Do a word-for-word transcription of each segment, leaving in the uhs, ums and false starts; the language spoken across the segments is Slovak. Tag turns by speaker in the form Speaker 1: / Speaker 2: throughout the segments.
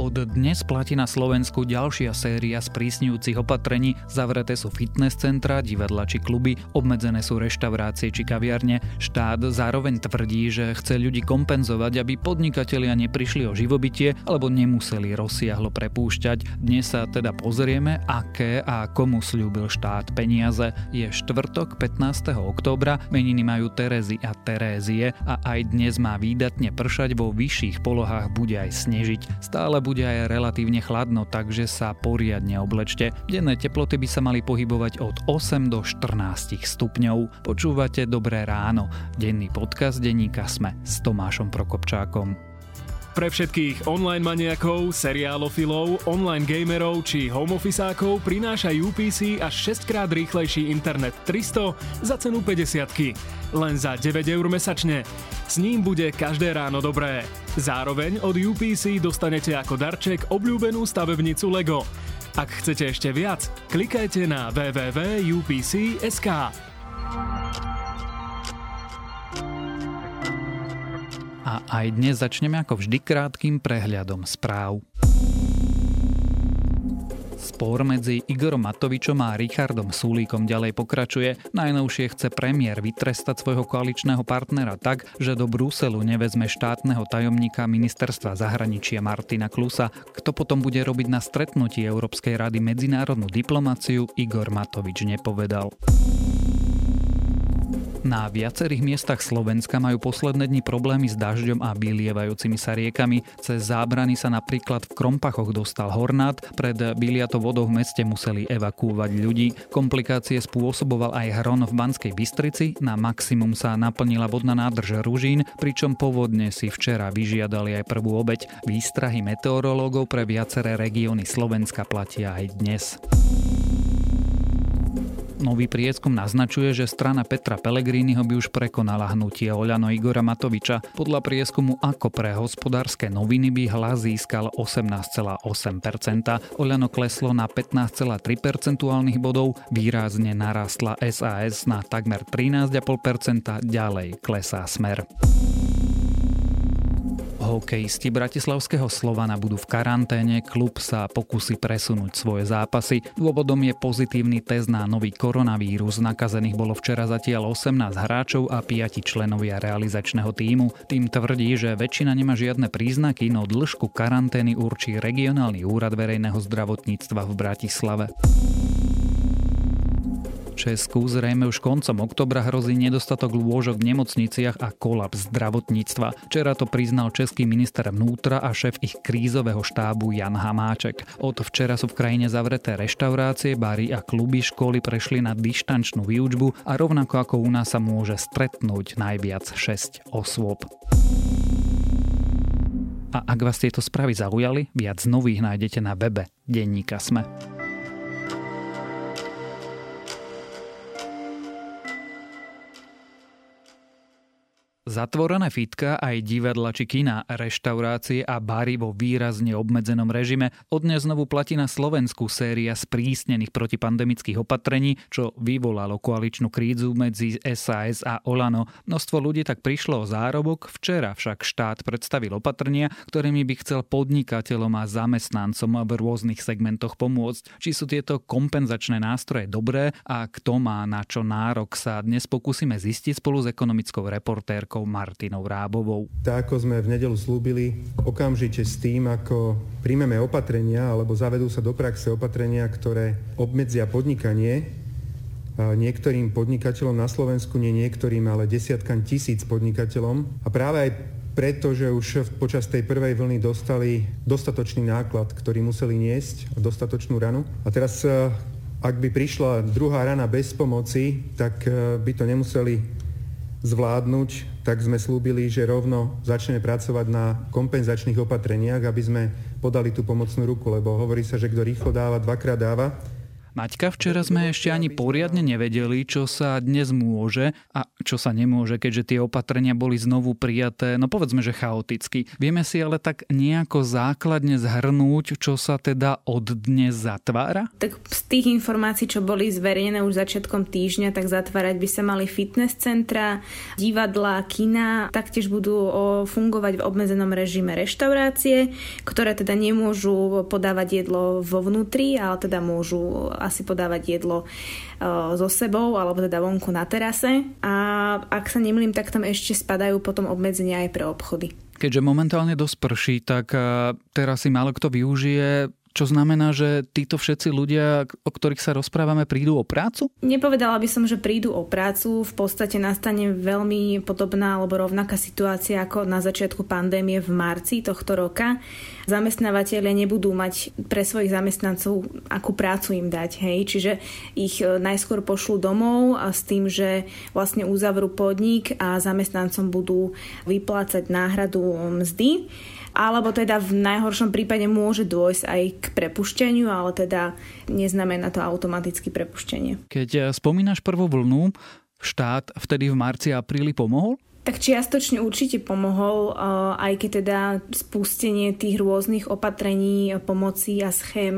Speaker 1: Od dnes platí na Slovensku ďalšia séria sprísňujúcich opatrení. Zavreté sú fitness centra, divadlá či kluby, obmedzené sú reštaurácie či kaviarne. Štát zároveň tvrdí, že chce ľudí kompenzovať, aby podnikatelia neprišli o živobytie alebo nemuseli rozsiahlo prepúšťať. Dnes sa teda pozrieme, aké a komu sľúbil štát peniaze. Je štvrtok pätnásteho októbra, meniny majú Terezy a Terézie a aj dnes má výdatne pršať, vo vyšších polohách bude aj snežiť. Stále bude aj relatívne chladno, takže sa poriadne oblečte. Denné teploty by sa mali pohybovať od osem do štrnásť stupňov. Počúvate Dobré ráno. Denný podcast denníka SME s Tomášom Prokopčákom.
Speaker 2: Pre všetkých online maniakov, seriálofilov, online gamerov či homeofficeákov prináša ú pé cé až šesťkrát rýchlejší internet tristo za cenu päťdesiatky. Len za deväť eur mesačne. S ním bude každé ráno dobré. Zároveň od ú pé cé dostanete ako darček obľúbenú stavebnicu Lego. Ak chcete ešte viac, klikajte na w w w bodka u p c bodka s k.
Speaker 1: A aj dnes začneme ako vždy krátkym prehľadom správ. Spor medzi Igorom Matovičom a Richardom Sulíkom ďalej pokračuje. Najnovšie chce premiér vytrestať svojho koaličného partnera tak, že do Bruselu nevezme štátneho tajomníka ministerstva zahraničia Martina Klusa. Kto potom bude robiť na stretnutí Európskej rady medzinárodnú diplomáciu, Igor Matovič nepovedal. Na viacerých miestach Slovenska majú posledné dni problémy s dažďom a vylievajúcimi sa riekami. Cez zábrany sa napríklad v Krompachoch dostal hornát, pred vyliatou vodou v meste museli evakuovať ľudí. Komplikácie spôsoboval aj hron v Banskej Bystrici, na maximum sa naplnila vodná nádrž Ružín, pričom povodne si včera vyžiadali aj prvú obeť. Výstrahy meteorológov pre viaceré regióny Slovenska platia aj dnes. Nový prieskum naznačuje, že strana Petra Pellegriniho by už prekonala hnutie Oľano Igora Matoviča. Podľa prieskumu Ako pre hospodárske noviny by hlas získal osemnásť celá osem percenta. Oľano kleslo na pätnásť celá tri percentuálnych bodov, výrazne narastla es a es na takmer trinásť celá päť percenta, ďalej klesá Smer. Hokejisti bratislavského Slovana budú v karanténe, klub sa pokusí presunúť svoje zápasy. Dôvodom je pozitívny test na nový koronavírus. Nakazených bolo včera zatiaľ osemnásť hráčov a piati členovia realizačného tímu. Tým tvrdí, že väčšina nemá žiadne príznaky, no dĺžku karantény určí regionálny úrad verejného zdravotníctva v Bratislave. Česku zrejme už koncom októbra hrozí nedostatok lôžok v nemocniciach a kolaps zdravotníctva. Včera to priznal český minister vnútra a šéf ich krízového štábu Jan Hamáček. Od včera sú v krajine zavreté reštaurácie, bary a kluby, školy prešli na dištančnú výučbu a rovnako ako u nás sa môže stretnúť najviac šesť osôb. A ak vás tieto správy zaujali, viac nových nájdete na webe denníka SME. Zatvorené fitka, aj divadla či kina, reštaurácie a bary vo výrazne obmedzenom režime. Od dnes znovu platí na Slovensku séria sprísnených protipandemických opatrení, čo vyvolalo koaličnú krízu medzi es a es a Olano. Množstvo ľudí tak prišlo o zárobok, včera však štát predstavil opatrenia, ktorými by chcel podnikateľom a zamestnancom v rôznych segmentoch pomôcť. Či sú tieto kompenzačné nástroje dobré a kto má na čo nárok, sa dnes pokúsime zistiť spolu s ekonomickou reportérkou Martinou Rábovou.
Speaker 3: Tak ako sme v nedeľu slúbili, okamžite s tým, ako príjmeme opatrenia alebo zavedú sa do praxe opatrenia, ktoré obmedzia podnikanie niektorým podnikateľom na Slovensku, nie niektorým, ale desiatkam tisíc podnikateľom. A práve aj preto, že už počas tej prvej vlny dostali dostatočný náklad, ktorý museli niesť, dostatočnú ranu. A teraz, ak by prišla druhá rana bez pomoci, tak by to nemuseli zvládnuť, tak sme slúbili, že rovno začneme pracovať na kompenzačných opatreniach, aby sme podali tú pomocnú ruku, lebo hovorí sa, že kto rýchlo dáva, dvakrát dáva.
Speaker 1: Maťka, včera sme ešte ani poriadne nevedeli, čo sa dnes môže a čo sa nemôže, keďže tie opatrenia boli znovu prijaté, no povedzme, že chaoticky. Vieme si ale tak nejako základne zhrnúť, čo sa teda od dnes zatvára?
Speaker 4: Tak z tých informácií, čo boli zverejnené už začiatkom týždňa, tak zatvárať by sa mali fitness centra, divadlá, kina, taktiež budú fungovať v obmedzenom režime reštaurácie, ktoré teda nemôžu podávať jedlo vo vnútri, ale teda môžu asi podávať jedlo so sebou alebo teda vonku na terase. A ak sa nemýlim, tak tam ešte spadajú potom obmedzenia aj pre obchody.
Speaker 1: Keďže momentálne dosť prší, tak teraz si málo kto využije. Čo znamená, že títo všetci ľudia, o ktorých sa rozprávame, prídu o prácu?
Speaker 4: Nepovedala by som, že prídu o prácu. V podstate nastane veľmi podobná alebo rovnaká situácia ako na začiatku pandémie v marci tohto roka. Zamestnávateľia nebudú mať pre svojich zamestnancov, akú prácu im dať. Hej? Čiže ich najskôr pošlú domov a s tým, že vlastne uzavrú podnik a zamestnancom budú vyplácať náhradu mzdy. Alebo teda v najhoršom prípade môže dôjsť aj k prepušťaniu, ale teda neznamená to automaticky prepušťanie.
Speaker 1: Keď spomínaš prvú vlnu, štát vtedy v marci a apríli pomohol?
Speaker 4: Tak čiastočne určite pomohol, aj keď teda spustenie tých rôznych opatrení, pomoci a schém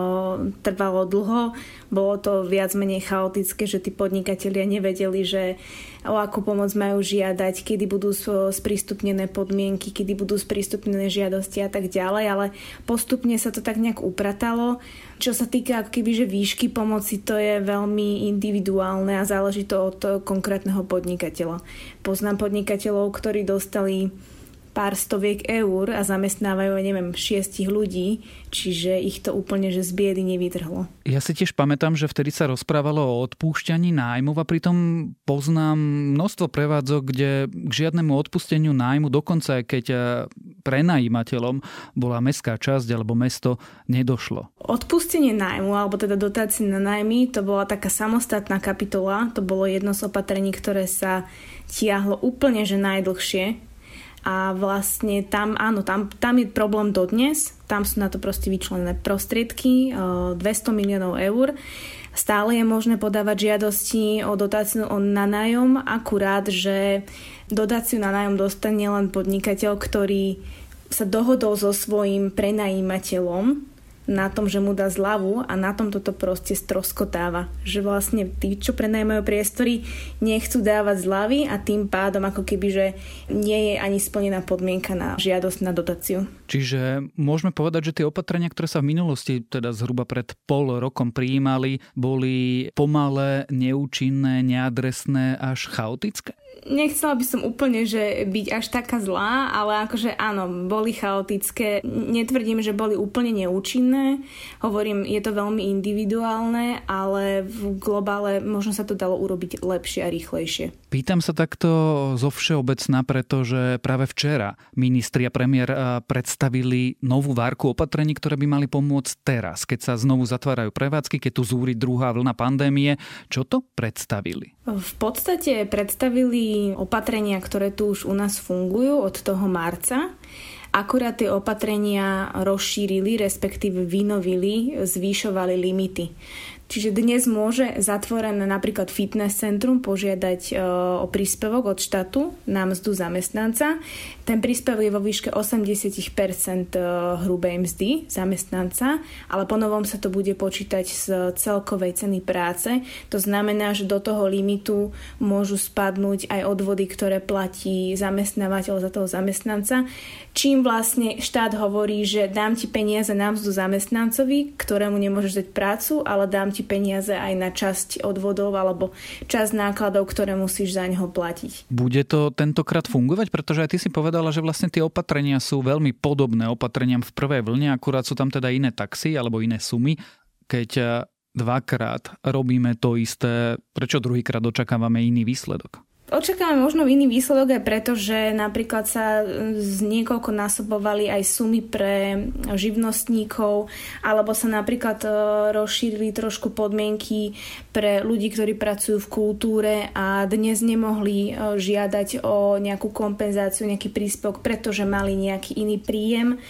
Speaker 4: trvalo dlho. Bolo to viac menej chaotické, že tí podnikatelia nevedeli, že o akú pomoc majú žiadať, kedy budú sprístupnené podmienky, kedy budú sprístupnené žiadosti a tak ďalej, ale postupne sa to tak nejak upratalo. Čo sa týka ako keby, že výšky pomoci, to je veľmi individuálne a záleží to od konkrétneho podnikateľa. Poznám podnikateľov, ktorí dostali pár stoviek eur a zamestnávajú, neviem, šiestich ľudí, čiže ich to úplne, že z biedy nevytrhlo.
Speaker 1: Ja si tiež pamätám, že vtedy sa rozprávalo o odpúšťaní nájmov a pritom poznám množstvo prevádzok, kde k žiadnemu odpusteniu nájmu, dokonca aj keď prenajímateľom bola mestská časť alebo mesto, nedošlo.
Speaker 4: Odpustenie nájmu, alebo teda dotácie na nájmy, to bola taká samostatná kapitola, to bolo jedno z opatrení, ktoré sa tiahlo úplne, že najdlhšie. A vlastne tam, áno, tam, tam je problém dodnes, tam sú na to proste vyčlenené prostriedky, dvesto miliónov eur. Stále je možné podávať žiadosti o dotáciu na nájom, akurát, že dotáciu na nájom dostane len podnikateľ, ktorý sa dohodol so svojím prenajímateľom na tom, že mu dá zľavu a na tom toto proste stroskotáva. Že vlastne tí, čo prenajmajú priestory, nechcú dávať zľavy a tým pádom ako keby, že nie je ani splnená podmienka na žiadosť na dotáciu.
Speaker 1: Čiže môžeme povedať, že tie opatrenia, ktoré sa v minulosti, teda zhruba pred pol rokom prijímali, boli pomalé, neúčinné, neadresné až chaotické?
Speaker 4: Nechcela by som úplne, že byť až taká zlá, ale akože áno, boli chaotické. Netvrdím, že boli úplne neúčinné. Hovorím, je to veľmi individuálne, ale v globále možno sa to dalo urobiť lepšie a rýchlejšie.
Speaker 1: Pýtam sa takto zo všeobecna, pretože práve včera ministri a premiér predstavili novú várku opatrení, ktoré by mali pomôcť teraz, keď sa znovu zatvárajú prevádzky, keď tu zúri druhá vlna pandémie. Čo to predstavili?
Speaker 4: V podstate predstavili opatrenia, ktoré tu už u nás fungujú od toho marca. Akurát tie opatrenia rozšírili, respektíve vynovili, zvýšovali limity. Čiže dnes môže zatvorené napríklad fitness centrum požiadať o príspevok od štátu na mzdu zamestnanca. Ten príspevok je vo výške osemdesiat percent hrubej mzdy zamestnanca, ale ponovom sa to bude počítať z celkovej ceny práce. To znamená, že do toho limitu môžu spadnúť aj odvody, ktoré platí zamestnávateľ za toho zamestnanca. Čím vlastne štát hovorí, že dám ti peniaze na mzdu zamestnancovi, ktorému nemôžeš dať prácu, ale dám ti peniaze aj na časť odvodov alebo časť nákladov, ktoré musíš za neho platiť.
Speaker 1: Bude to tentokrát fungovať? Pretože aj ty si povedala, že vlastne tie opatrenia sú veľmi podobné opatreniam v prvej vlne, akurát sú tam teda iné taxy alebo iné sumy. Keď dvakrát robíme to isté, prečo druhýkrát očakávame iný výsledok?
Speaker 4: Očakávame možno iný výsledok aj preto, že napríklad sa z niekoľko násobovali aj sumy pre živnostníkov, alebo sa napríklad rozšírili trošku podmienky pre ľudí, ktorí pracujú v kultúre a dnes nemohli žiadať o nejakú kompenzáciu, nejaký príspevok, pretože mali nejaký iný príjem.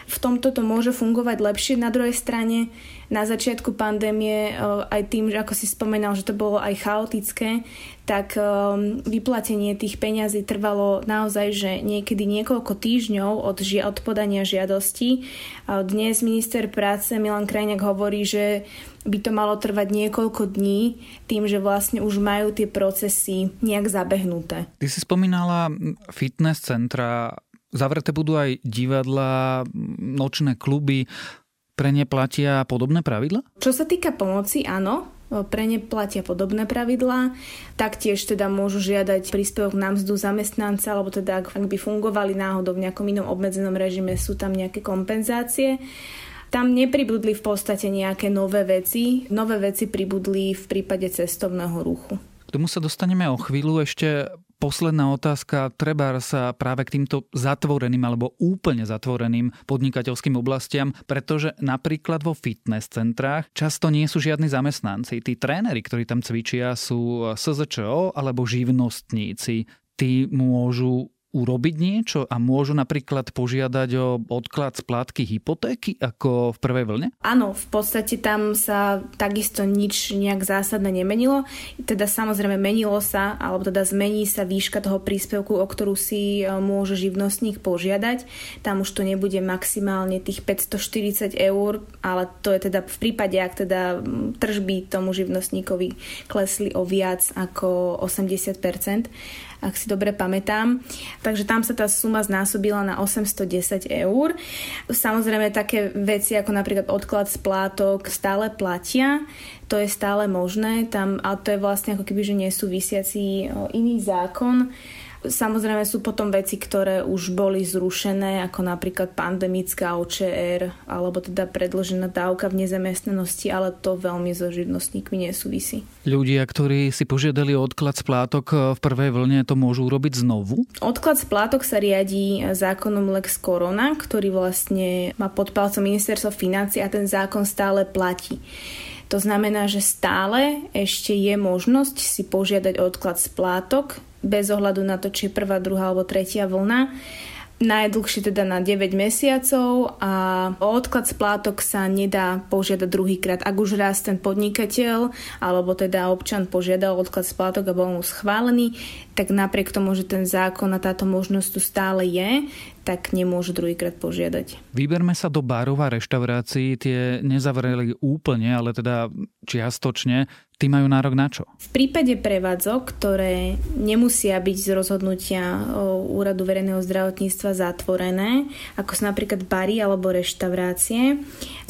Speaker 4: V tomto to môže fungovať lepšie. Na druhej strane, na začiatku pandémie, aj tým, že ako si spomenal, že to bolo aj chaotické, tak vyplatenie tých peňazí trvalo naozaj, že niekedy niekoľko týždňov od, ži- od podania žiadosti. Dnes minister práce Milan Krajniak hovorí, že by to malo trvať niekoľko dní, tým, že vlastne už majú tie procesy nejak zabehnuté.
Speaker 1: Ty si spomínala fitness centra, zavreté budú aj divadlá, nočné kluby. Pre ne platia podobné pravidlá?
Speaker 4: Čo sa týka pomoci, áno, pre ne platia podobné pravidlá. Taktiež teda môžu žiadať príspevok na mzdu zamestnanca, alebo teda ak by fungovali náhodou v nejakom inom obmedzenom režime, sú tam nejaké kompenzácie. Tam nepribudli v podstate nejaké nové veci. Nové veci pribudli v prípade cestovného ruchu. K
Speaker 1: tomu sa dostaneme o chvíľu. Ešte posledná otázka. Treba sa práve k týmto zatvoreným alebo úplne zatvoreným podnikateľským oblastiam, pretože napríklad vo fitness centrách často nie sú žiadni zamestnanci. Tí tréneri, ktorí tam cvičia, sú es zet č o alebo živnostníci. Tí môžu urobiť niečo a môžu napríklad požiadať o odklad splátky hypotéky ako v prvej vlne?
Speaker 4: Áno, v podstate tam sa takisto nič nejak zásadne nemenilo. Teda samozrejme menilo sa, alebo teda zmení sa výška toho príspevku, o ktorú si môže živnostník požiadať. Tam už to nebude maximálne tých päťstoštyridsať eur, ale to je teda v prípade, ak teda tržby tomu živnostníkovi klesli o viac ako osemdesiat percent, ak si dobre pamätám. Takže tam sa tá suma znásobila na osemstodesať eur. Samozrejme také veci ako napríklad odklad splátok stále platia. To je stále možné. Tam, ale to je vlastne ako keby, že nesúvisiaci iný zákon. Samozrejme sú potom veci, ktoré už boli zrušené, ako napríklad pandemická ó čé er, alebo teda predĺžená dávka v nezamestnanosti, ale to veľmi so živnostníkmi nesúvisí.
Speaker 1: Ľudia, ktorí si požiadali odklad splátok v prvej vlne, to môžu urobiť znovu?
Speaker 4: Odklad splátok sa riadí zákonom Lex Korona, ktorý vlastne má pod palcom ministerstvo financií a ten zákon stále platí. To znamená, že stále ešte je možnosť si požiadať odklad splátok bez ohľadu na to, či je prvá, druhá alebo tretia vlna. Najdlhšie teda na deväť mesiacov a o odklad splátok sa nedá požiadať druhýkrát. Ak už raz ten podnikateľ alebo teda občan požiadal odklad splátok a bol mu schválený, tak napriek tomu, že ten zákon a táto možnosť tu stále je, tak nemôžu druhýkrát požiadať.
Speaker 1: Vyberme sa do bárov a reštaurácií. Tie nezavreli úplne, ale teda čiastočne. Tí majú nárok na čo?
Speaker 4: V prípade prevádzok, ktoré nemusia byť z rozhodnutia Úradu verejného zdravotníctva zatvorené, ako sú napríklad bary alebo reštaurácie,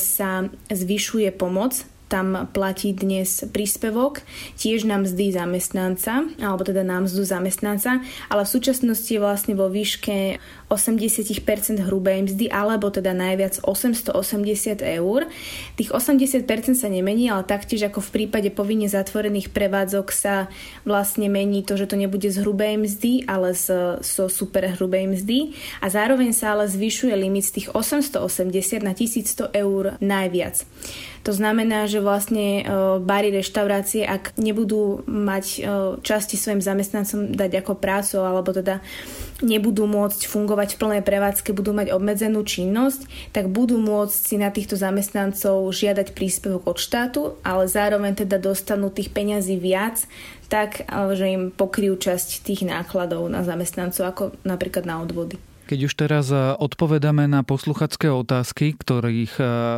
Speaker 4: sa zvyšuje pomoc. Tam platí dnes príspevok tiež na mzdy zamestnanca, alebo teda na mzdu zamestnanca, ale v súčasnosti je vlastne vo výške osemdesiat percent hrubej mzdy, alebo teda najviac osemstoosemdesiat eur. Tých osemdesiat percent sa nemení, ale taktiež ako v prípade povinne zatvorených prevádzok sa vlastne mení to, že to nebude z hrubej mzdy, ale z, zo super hrubej mzdy. A zároveň sa ale zvyšuje limit z tých osemstoosemdesiat na tisícsto eur najviac. To znamená, že vlastne bary, reštaurácie, ak nebudú mať časti svojim zamestnancom dať ako prácu, alebo teda nebudú môcť fungovať v plnej prevádzke, budú mať obmedzenú činnosť, tak budú môcť si na týchto zamestnancov žiadať príspevok od štátu, ale zároveň teda dostanú tých peňazí viac, tak, že im pokryjú časť tých nákladov na zamestnancov, ako napríklad na odvody.
Speaker 1: Keď už teraz odpovedáme na posluchačské otázky, ktorých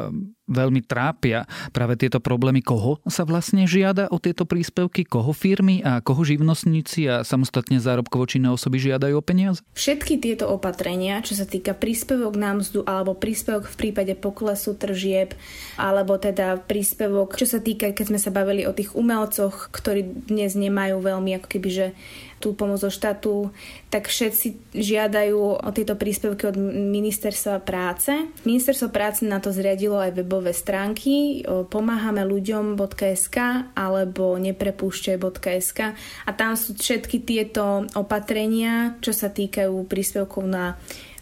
Speaker 1: veľmi trápia práve tieto problémy, koho sa vlastne žiada o tieto príspevky, koho firmy a koho živnostníci a samostatne zárobkovo činné osoby žiadajú o peniaze?
Speaker 4: Všetky tieto opatrenia, čo sa týka príspevok na mzdu alebo príspevok v prípade poklesu tržieb, alebo teda príspevok, čo sa týka, keď sme sa bavili o tých umelcoch, ktorí dnes nemajú veľmi ako keby, že tú pomoc zo štátu, tak všetci žiadajú o tieto príspevky od ministerstva práce. Ministerstvo práce na to zriadilo aj webové stránky pomáhame ľuďom bodka es ká alebo neprepúšťaj bodka es ká a tam sú všetky tieto opatrenia, čo sa týkajú príspevkov na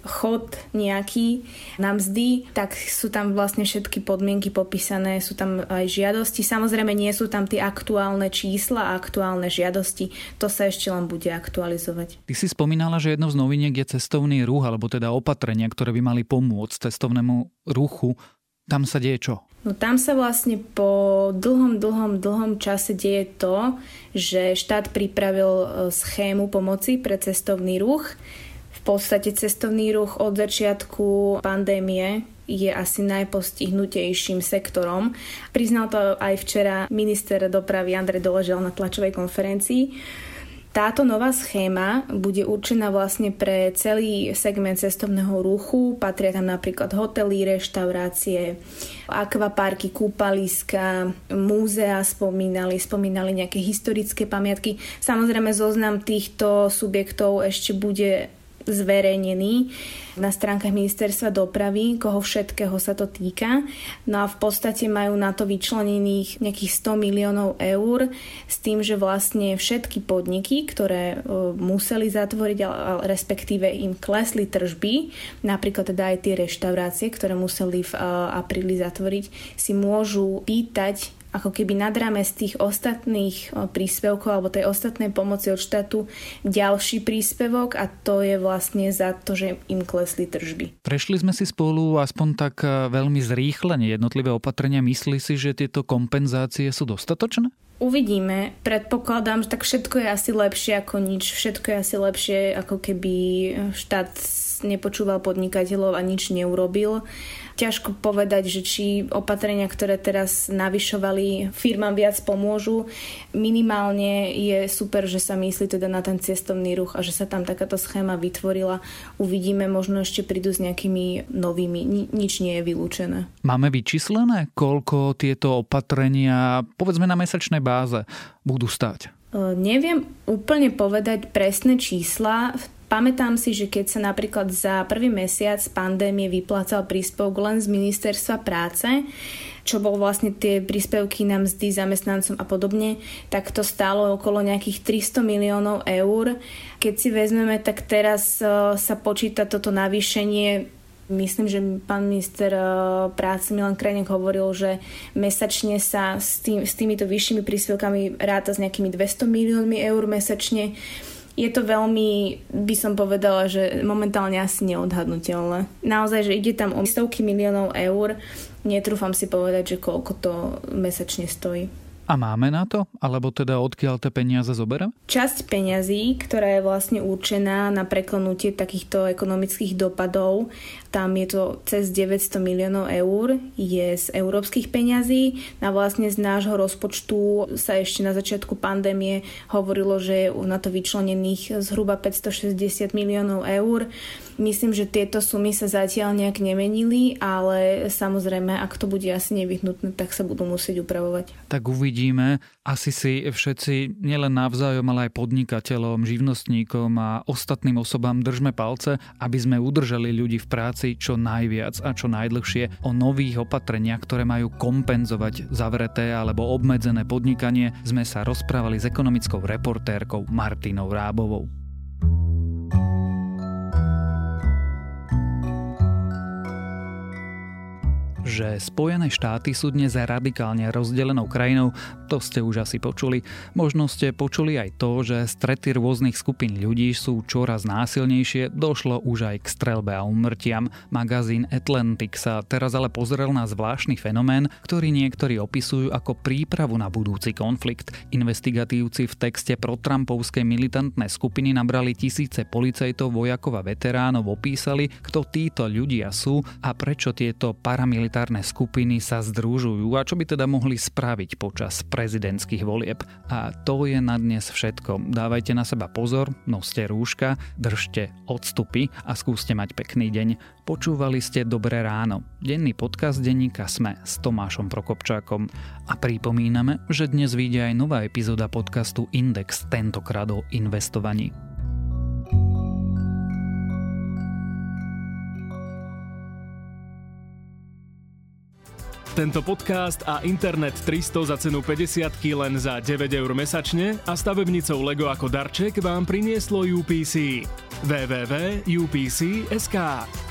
Speaker 4: chod nejaký na mzdy, tak sú tam vlastne všetky podmienky popísané, sú tam aj žiadosti. Samozrejme nie sú tam tie aktuálne čísla a aktuálne žiadosti. To sa ešte len bude aktualizovať.
Speaker 1: Ty si spomínala, že jednou z noviniek je cestovný ruch, alebo teda opatrenia, ktoré by mali pomôcť cestovnému ruchu. Tam sa deje čo?
Speaker 4: No tam sa vlastne po dlhom, dlhom, dlhom čase deje to, že štát pripravil schému pomoci pre cestovný ruch. V podstate cestovný ruch od začiatku pandémie je asi najpostihnutejším sektorom. Priznal to aj včera minister dopravy Andrej Doležal na tlačovej konferencii. Táto nová schéma bude určená vlastne pre celý segment cestovného ruchu. Patria tam napríklad hotely, reštaurácie, akvaparky, kúpaliska, múzea spomínali, spomínali nejaké historické pamiatky. Samozrejme zoznam týchto subjektov ešte bude zverejnený na stránkach ministerstva dopravy, koho všetkého sa to týka. No a v podstate majú na to vyčlenených nejakých sto miliónov eur s tým, že vlastne všetky podniky, ktoré museli zatvoriť, respektíve im klesli tržby, napríklad teda aj tie reštaurácie, ktoré museli v apríli zatvoriť, si môžu pýtať ako keby nad rámec tých ostatných príspevkov alebo tej ostatnej pomoci od štátu ďalší príspevok, a to je vlastne za to, že im klesli tržby.
Speaker 1: Prešli sme si spolu aspoň tak veľmi zrýchlene jednotlivé opatrenia. Myslí si, že tieto kompenzácie sú dostatočné?
Speaker 4: Uvidíme. Predpokladám, že tak všetko je asi lepšie ako nič. Všetko je asi lepšie, ako keby štát nepočúval podnikateľov a nič neurobil. Ťažko povedať, že či opatrenia, ktoré teraz navyšovali, firmám viac pomôžu. Minimálne je super, že sa myslí teda na ten cestovný ruch a že sa tam takáto schéma vytvorila. Uvidíme, možno ešte prídu s nejakými novými. Ni- nič nie je vylúčené. Máme
Speaker 1: vyčíslené, koľko tieto opatrenia, povedzme na mesačnej báze, budú stáť?
Speaker 4: Neviem úplne povedať presné čísla. Pamätám si, že keď sa napríklad za prvý mesiac pandémie vyplácal príspevok len z ministerstva práce, čo bol vlastne tie príspevky na mzdy zamestnancom a podobne, tak to stálo okolo nejakých tristo miliónov eur. Keď si vezmeme, tak teraz sa počíta toto navýšenie. Myslím, že pán minister práce Milan Krajniak hovoril, že mesačne sa s, tým, s týmito vyššími príspevkami ráta s nejakými dvesto miliónmi eur mesačne. Je to veľmi, by som povedala, že momentálne asi neodhadnutelné. Naozaj, že ide tam o stovky miliónov eur. Netrúfam si povedať, že koľko to mesačne stojí.
Speaker 1: A máme na to? Alebo teda odkiaľ tie peniaze zobereme?
Speaker 4: Časť peňazí, ktorá je vlastne určená na preklenutie takýchto ekonomických dopadov, tam je to cez deväťsto miliónov eur, je z európskych peňazí. A vlastne z nášho rozpočtu sa ešte na začiatku pandémie hovorilo, že je na to vyčlenených zhruba päťstošesťdesiat miliónov eur. Myslím, že tieto sumy sa zatiaľ nejak nemenili, ale samozrejme, ak to bude asi nevyhnutné, tak sa budú musieť upravovať.
Speaker 1: Tak uvidíme. Asi si všetci nielen navzájom, ale aj podnikateľom, živnostníkom a ostatným osobám držme palce, aby sme udržali ľudí v práci čo najviac a čo najdlhšie. O nových opatreniach, ktoré majú kompenzovať zavreté alebo obmedzené podnikanie, sme sa rozprávali s ekonomickou reportérkou Martinou Rábovou. Že Spojené štáty sú dnes radikálne rozdelenou krajinou, to ste už asi počuli. Možno ste počuli aj to, že strety rôznych skupín ľudí sú čoraz násilnejšie, došlo už aj k streľbe a úmrtiam. Magazín Atlantic sa teraz ale pozrel na zvláštny fenomén, ktorý niektorí opisujú ako prípravu na budúci konflikt. Investigatívci v texte protrampovskej militantné skupiny nabrali tisíce policajtov, vojakov a veteránov, opísali, kto títo ľudia sú a prečo tieto paramilitárne skupiny sa združujú a čo by teda mohli spraviť počas prezidentských volieb. A to je na dnes všetko. Dávajte na seba pozor, noste rúška, držte odstupy a skúste mať pekný deň. Počúvali ste Dobré ráno. Denný podcast denníka SME s Tomášom Prokopčákom. A pripomíname, že dnes vyjde aj nová epizóda podcastu Index, tentokrát o investovaní.
Speaker 2: Tento podcast a Internet tristo za cenu päťdesiatky len za deväť eur mesačne a stavebnicou Lego ako darček vám prinieslo ú pé cé. w w w bodka u p c bodka es ká.